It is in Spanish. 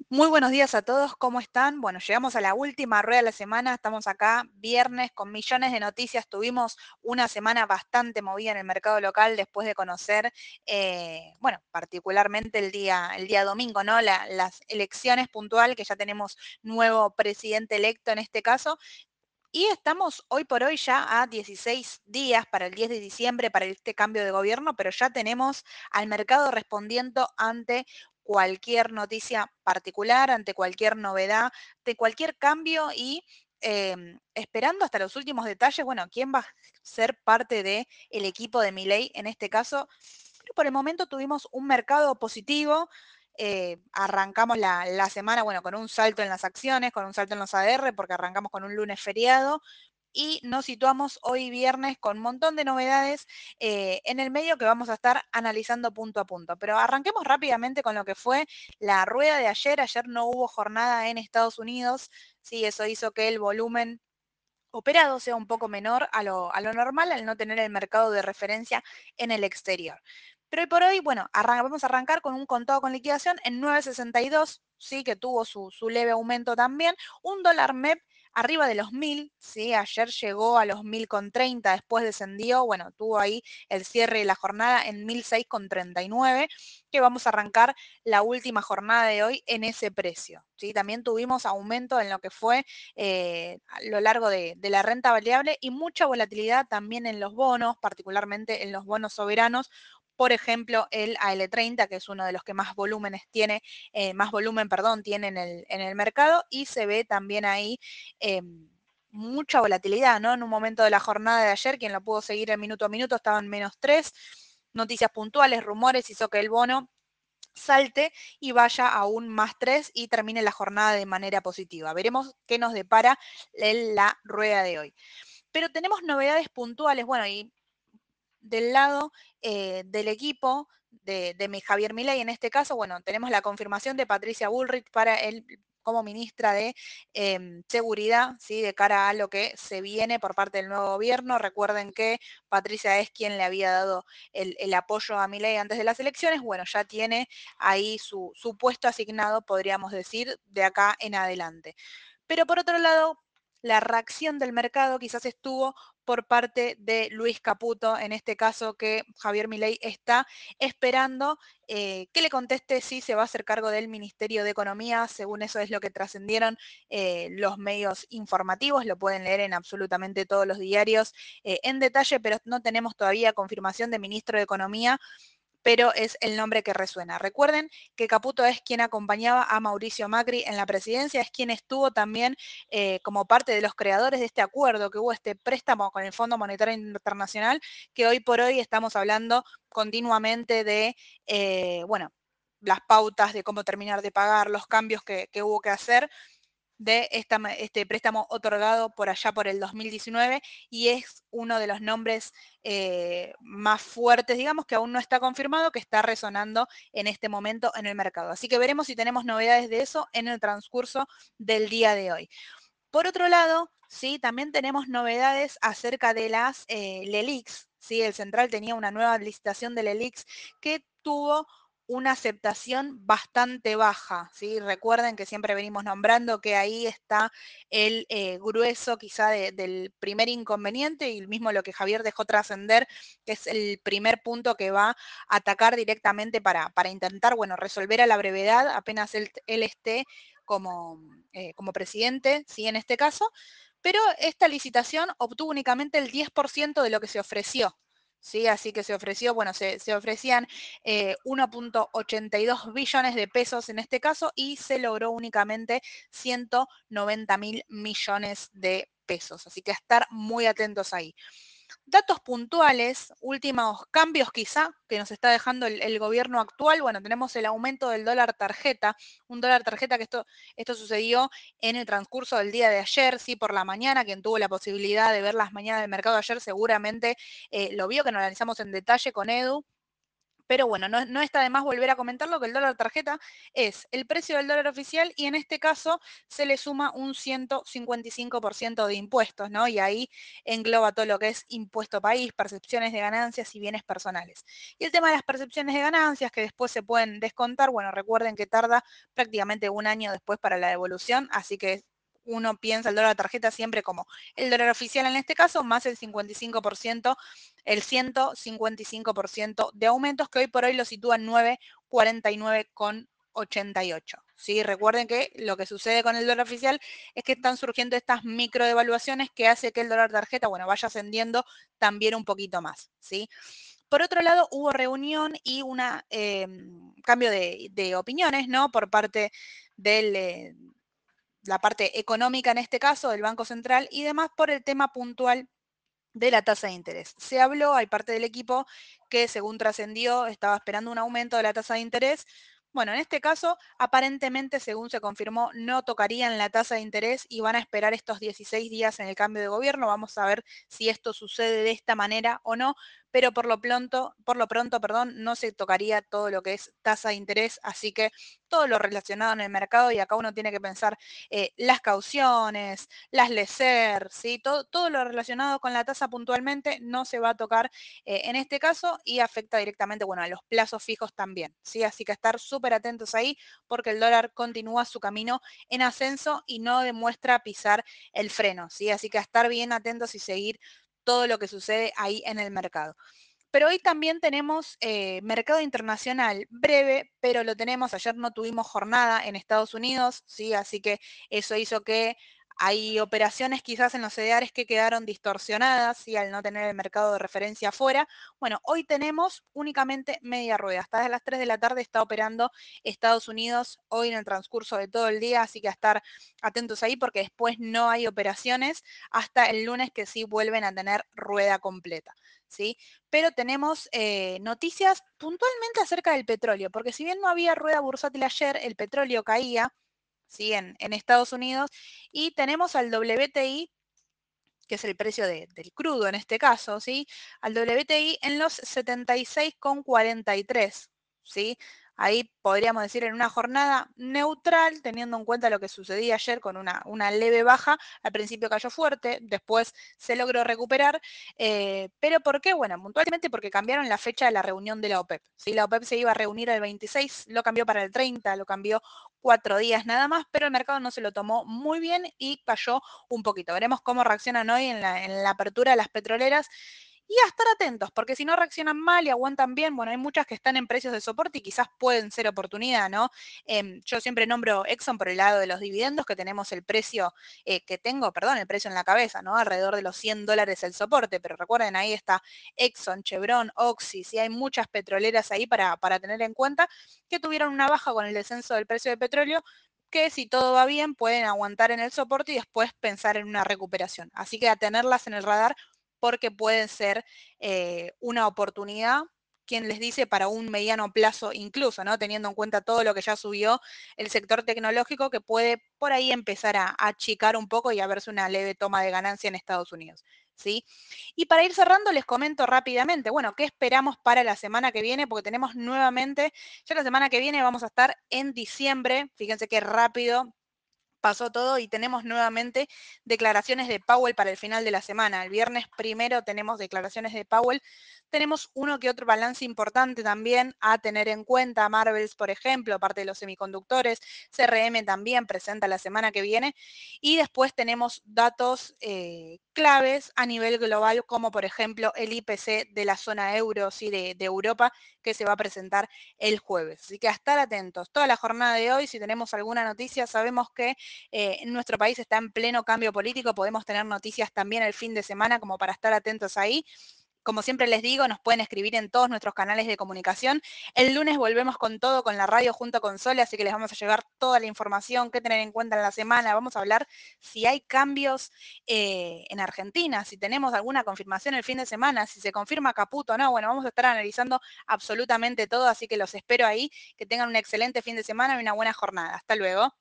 Muy buenos días a todos, ¿cómo están? Bueno, llegamos a la última rueda de la semana, estamos acá viernes con millones de noticias, tuvimos una semana bastante movida en el mercado local después de conocer, bueno, particularmente el día domingo, ¿no? Las elecciones puntual, que ya tenemos nuevo presidente electo en este caso, y estamos hoy por hoy ya a 16 días para el 10 de diciembre, para este cambio de gobierno, pero ya tenemos al mercado respondiendo ante cualquier noticia particular, ante cualquier novedad, de cualquier cambio y esperando hasta los últimos detalles, bueno, quién va a ser parte del equipo de Milei en este caso. Pero por el momento tuvimos un mercado positivo. Arrancamos la semana, bueno, con un salto en las acciones, con un salto en los ADR, porque arrancamos con un lunes feriado y nos situamos hoy viernes con un montón de novedades en el medio que vamos a estar analizando punto a punto. Pero arranquemos rápidamente con lo que fue la rueda de ayer. Ayer no hubo jornada en Estados Unidos, sí, eso hizo que el volumen operado sea un poco menor a lo normal al no tener el mercado de referencia en el exterior. Pero hoy por hoy, bueno, vamos a arrancar con un contado con liquidación en 9.62, sí, que tuvo su leve aumento también. Un dólar MEP arriba de los 1.000, sí, ayer llegó a los 1.000,30, después descendió, bueno, tuvo ahí el cierre de la jornada en 1.006,39, que vamos a arrancar la última jornada de hoy en ese precio, sí. También tuvimos aumento en lo que fue a lo largo de la renta variable y mucha volatilidad también en los bonos, particularmente en los bonos soberanos. Por ejemplo, el AL30, que es uno de los que más volúmenes tiene, más volumen, perdón, tiene en el mercado, y se ve también ahí eh, mucha volatilidad, ¿no? En un momento de la jornada de ayer, quien lo pudo seguir en minuto a minuto, estaban -3. Noticias puntuales, rumores, hizo que el bono salte y vaya a un +3 y termine la jornada de manera positiva. Veremos qué nos depara la rueda de hoy. Pero tenemos novedades puntuales, bueno, y del lado del equipo de Javier Milei, en este caso, bueno, tenemos la confirmación de Patricia Bullrich para él como ministra de Seguridad, ¿sí? De cara a lo que se viene por parte del nuevo gobierno. Recuerden que Patricia es quien le había dado el apoyo a Milei antes de las elecciones. Bueno, ya tiene ahí su puesto asignado, podríamos decir, de acá en adelante. Pero por otro lado, la reacción del mercado quizás estuvo por parte de Luis Caputo, en este caso que Javier Milei está esperando que le conteste si se va a hacer cargo del Ministerio de Economía. Según eso es lo que trascendieron los medios informativos, lo pueden leer en absolutamente todos los diarios en detalle, pero no tenemos todavía confirmación de ministro de Economía, pero es el nombre que resuena. Recuerden que Caputo es quien acompañaba a Mauricio Macri en la presidencia, es quien estuvo también como parte de los creadores de este acuerdo, que hubo este préstamo con el Fondo Monetario Internacional, que hoy por hoy estamos hablando continuamente de, bueno, las pautas de cómo terminar de pagar, los cambios que hubo que hacer de este préstamo otorgado por allá por el 2019, y es uno de los nombres más fuertes, digamos, que aún no está confirmado, que está resonando en este momento en el mercado. Así que veremos si tenemos novedades de eso en el transcurso del día de hoy. Por otro lado, sí, también tenemos novedades acerca de las LELIQs. ¿Sí? El Central tenía una nueva licitación de LELIQs que tuvo una aceptación bastante baja, ¿sí? Recuerden que siempre venimos nombrando que ahí está el grueso quizá del primer inconveniente, y el mismo lo que Javier dejó trascender, que es el primer punto que va a atacar directamente para intentar, bueno, resolver a la brevedad apenas él esté como presidente, ¿sí? En este caso, pero esta licitación obtuvo únicamente el 10% de lo que se ofreció. Sí, así que se ofreció, bueno, se ofrecían 1,82 billones de pesos en este caso, y se logró únicamente 190.000 millones de pesos. Así que a estar muy atentos ahí. Datos puntuales, últimos cambios quizá que nos está dejando el gobierno actual. Bueno, tenemos el aumento del dólar tarjeta, un dólar tarjeta que esto sucedió en el transcurso del día de ayer, sí, por la mañana. Quien tuvo la posibilidad de ver las mañanas del mercado ayer seguramente lo vio, que nos analizamos en detalle con Edu, Pero bueno, no está de más volver a comentarlo, que el dólar tarjeta es el precio del dólar oficial y en este caso se le suma un 155% de impuestos, ¿no? Y ahí engloba todo lo que es impuesto país, percepciones de ganancias y bienes personales. Y el tema de las percepciones de ganancias que después se pueden descontar, bueno, recuerden que tarda prácticamente un año después para la devolución, así que uno piensa el dólar tarjeta siempre como el dólar oficial en este caso, más el 55%, el 155% de aumentos que hoy por hoy lo sitúan 9,49,88. ¿Sí? Recuerden que lo que sucede con el dólar oficial es que están surgiendo estas microdevaluaciones que hace que el dólar tarjeta, bueno, vaya ascendiendo también un poquito más, ¿sí? Por otro lado, hubo reunión y un cambio de opiniones, ¿no? Por parte de la parte económica en este caso, del Banco Central y demás por el tema puntual de la tasa de interés. Se habló, hay parte del equipo que según trascendió estaba esperando un aumento de la tasa de interés. Bueno, en este caso, aparentemente, según se confirmó, no tocarían la tasa de interés y van a esperar estos 16 días en el cambio de gobierno. Vamos a ver si esto sucede de esta manera o no, pero por lo pronto, perdón, no se tocaría todo lo que es tasa de interés, así que todo lo relacionado en el mercado y acá uno tiene que pensar las cauciones, las LECER, ¿sí? Todo lo relacionado con la tasa puntualmente no se va a tocar en este caso y afecta directamente, bueno, a los plazos fijos también, ¿sí? Así que estar súper atentos ahí porque el dólar continúa su camino en ascenso y no demuestra pisar el freno, ¿sí? Así que a estar bien atentos y seguir todo lo que sucede ahí en el mercado. Pero hoy también tenemos mercado internacional breve, pero lo tenemos. Ayer no tuvimos jornada en Estados Unidos, ¿sí? Así que eso hizo que hay operaciones quizás en los CDRs que quedaron distorsionadas, ¿sí? Al no tener el mercado de referencia afuera. Bueno, hoy tenemos únicamente media rueda. Hasta las 3 de la tarde está operando Estados Unidos hoy en el transcurso de todo el día, así que a estar atentos ahí porque después no hay operaciones hasta el lunes que sí vuelven a tener rueda completa, ¿sí? Pero tenemos noticias puntualmente acerca del petróleo, porque si bien no había rueda bursátil ayer, el petróleo caía, ¿sí? En Estados Unidos, y tenemos al WTI, que es el precio del crudo en este caso, ¿sí? Al WTI en los 76,43, ¿sí? Ahí podríamos decir en una jornada neutral, teniendo en cuenta lo que sucedía ayer con una leve baja. Al principio cayó fuerte, después se logró recuperar. ¿Pero por qué? Bueno, puntualmente porque cambiaron la fecha de la reunión de la OPEP. ¿Sí? La OPEP se iba a reunir el 26, lo cambió para el 30, lo cambió 4 días nada más, pero el mercado no se lo tomó muy bien y cayó un poquito. Veremos cómo reaccionan hoy en la apertura de las petroleras y a estar atentos, porque si no reaccionan mal y aguantan bien, bueno, hay muchas que están en precios de soporte y quizás pueden ser oportunidad, ¿no? Yo siempre nombro Exxon por el lado de los dividendos, que tenemos el precio el precio en la cabeza, ¿no? Alrededor de los $100 el soporte, pero recuerden, ahí está Exxon, Chevron, Oxy, sí hay muchas petroleras ahí para tener en cuenta que tuvieron una baja con el descenso del precio del petróleo que si todo va bien pueden aguantar en el soporte y después pensar en una recuperación. Así que a tenerlas en el radar porque pueden ser una oportunidad, quien les dice, para un mediano plazo incluso, ¿no? Teniendo en cuenta todo lo que ya subió el sector tecnológico que puede por ahí empezar a achicar un poco y a verse una leve toma de ganancia en Estados Unidos, ¿sí? Y para ir cerrando les comento rápidamente, bueno, ¿qué esperamos para la semana que viene? Porque tenemos nuevamente, ya la semana que viene vamos a estar en diciembre, fíjense qué rápido pasó todo y tenemos nuevamente declaraciones de Powell para el final de la semana. El viernes primero tenemos declaraciones de Powell. Tenemos uno que otro balance importante también a tener en cuenta. Marvels, por ejemplo, parte de los semiconductores. CRM también presenta la semana que viene. Y después tenemos datos claves a nivel global, como por ejemplo el IPC de la zona euro, ¿sí? de Europa, que se va a presentar el jueves. Así que a estar atentos. Toda la jornada de hoy, si tenemos alguna noticia, sabemos que nuestro país está en pleno cambio político, podemos tener noticias también el fin de semana como para estar atentos ahí. Como siempre les digo, nos pueden escribir en todos nuestros canales de comunicación. El lunes volvemos con todo, con la radio junto con Sole, así que les vamos a llevar toda la información que tener en cuenta en la semana. Vamos a hablar si hay cambios en Argentina, si tenemos alguna confirmación el fin de semana, si se confirma Caputo o no. Bueno, vamos a estar analizando absolutamente todo, así que los espero ahí. Que tengan un excelente fin de semana y una buena jornada. Hasta luego.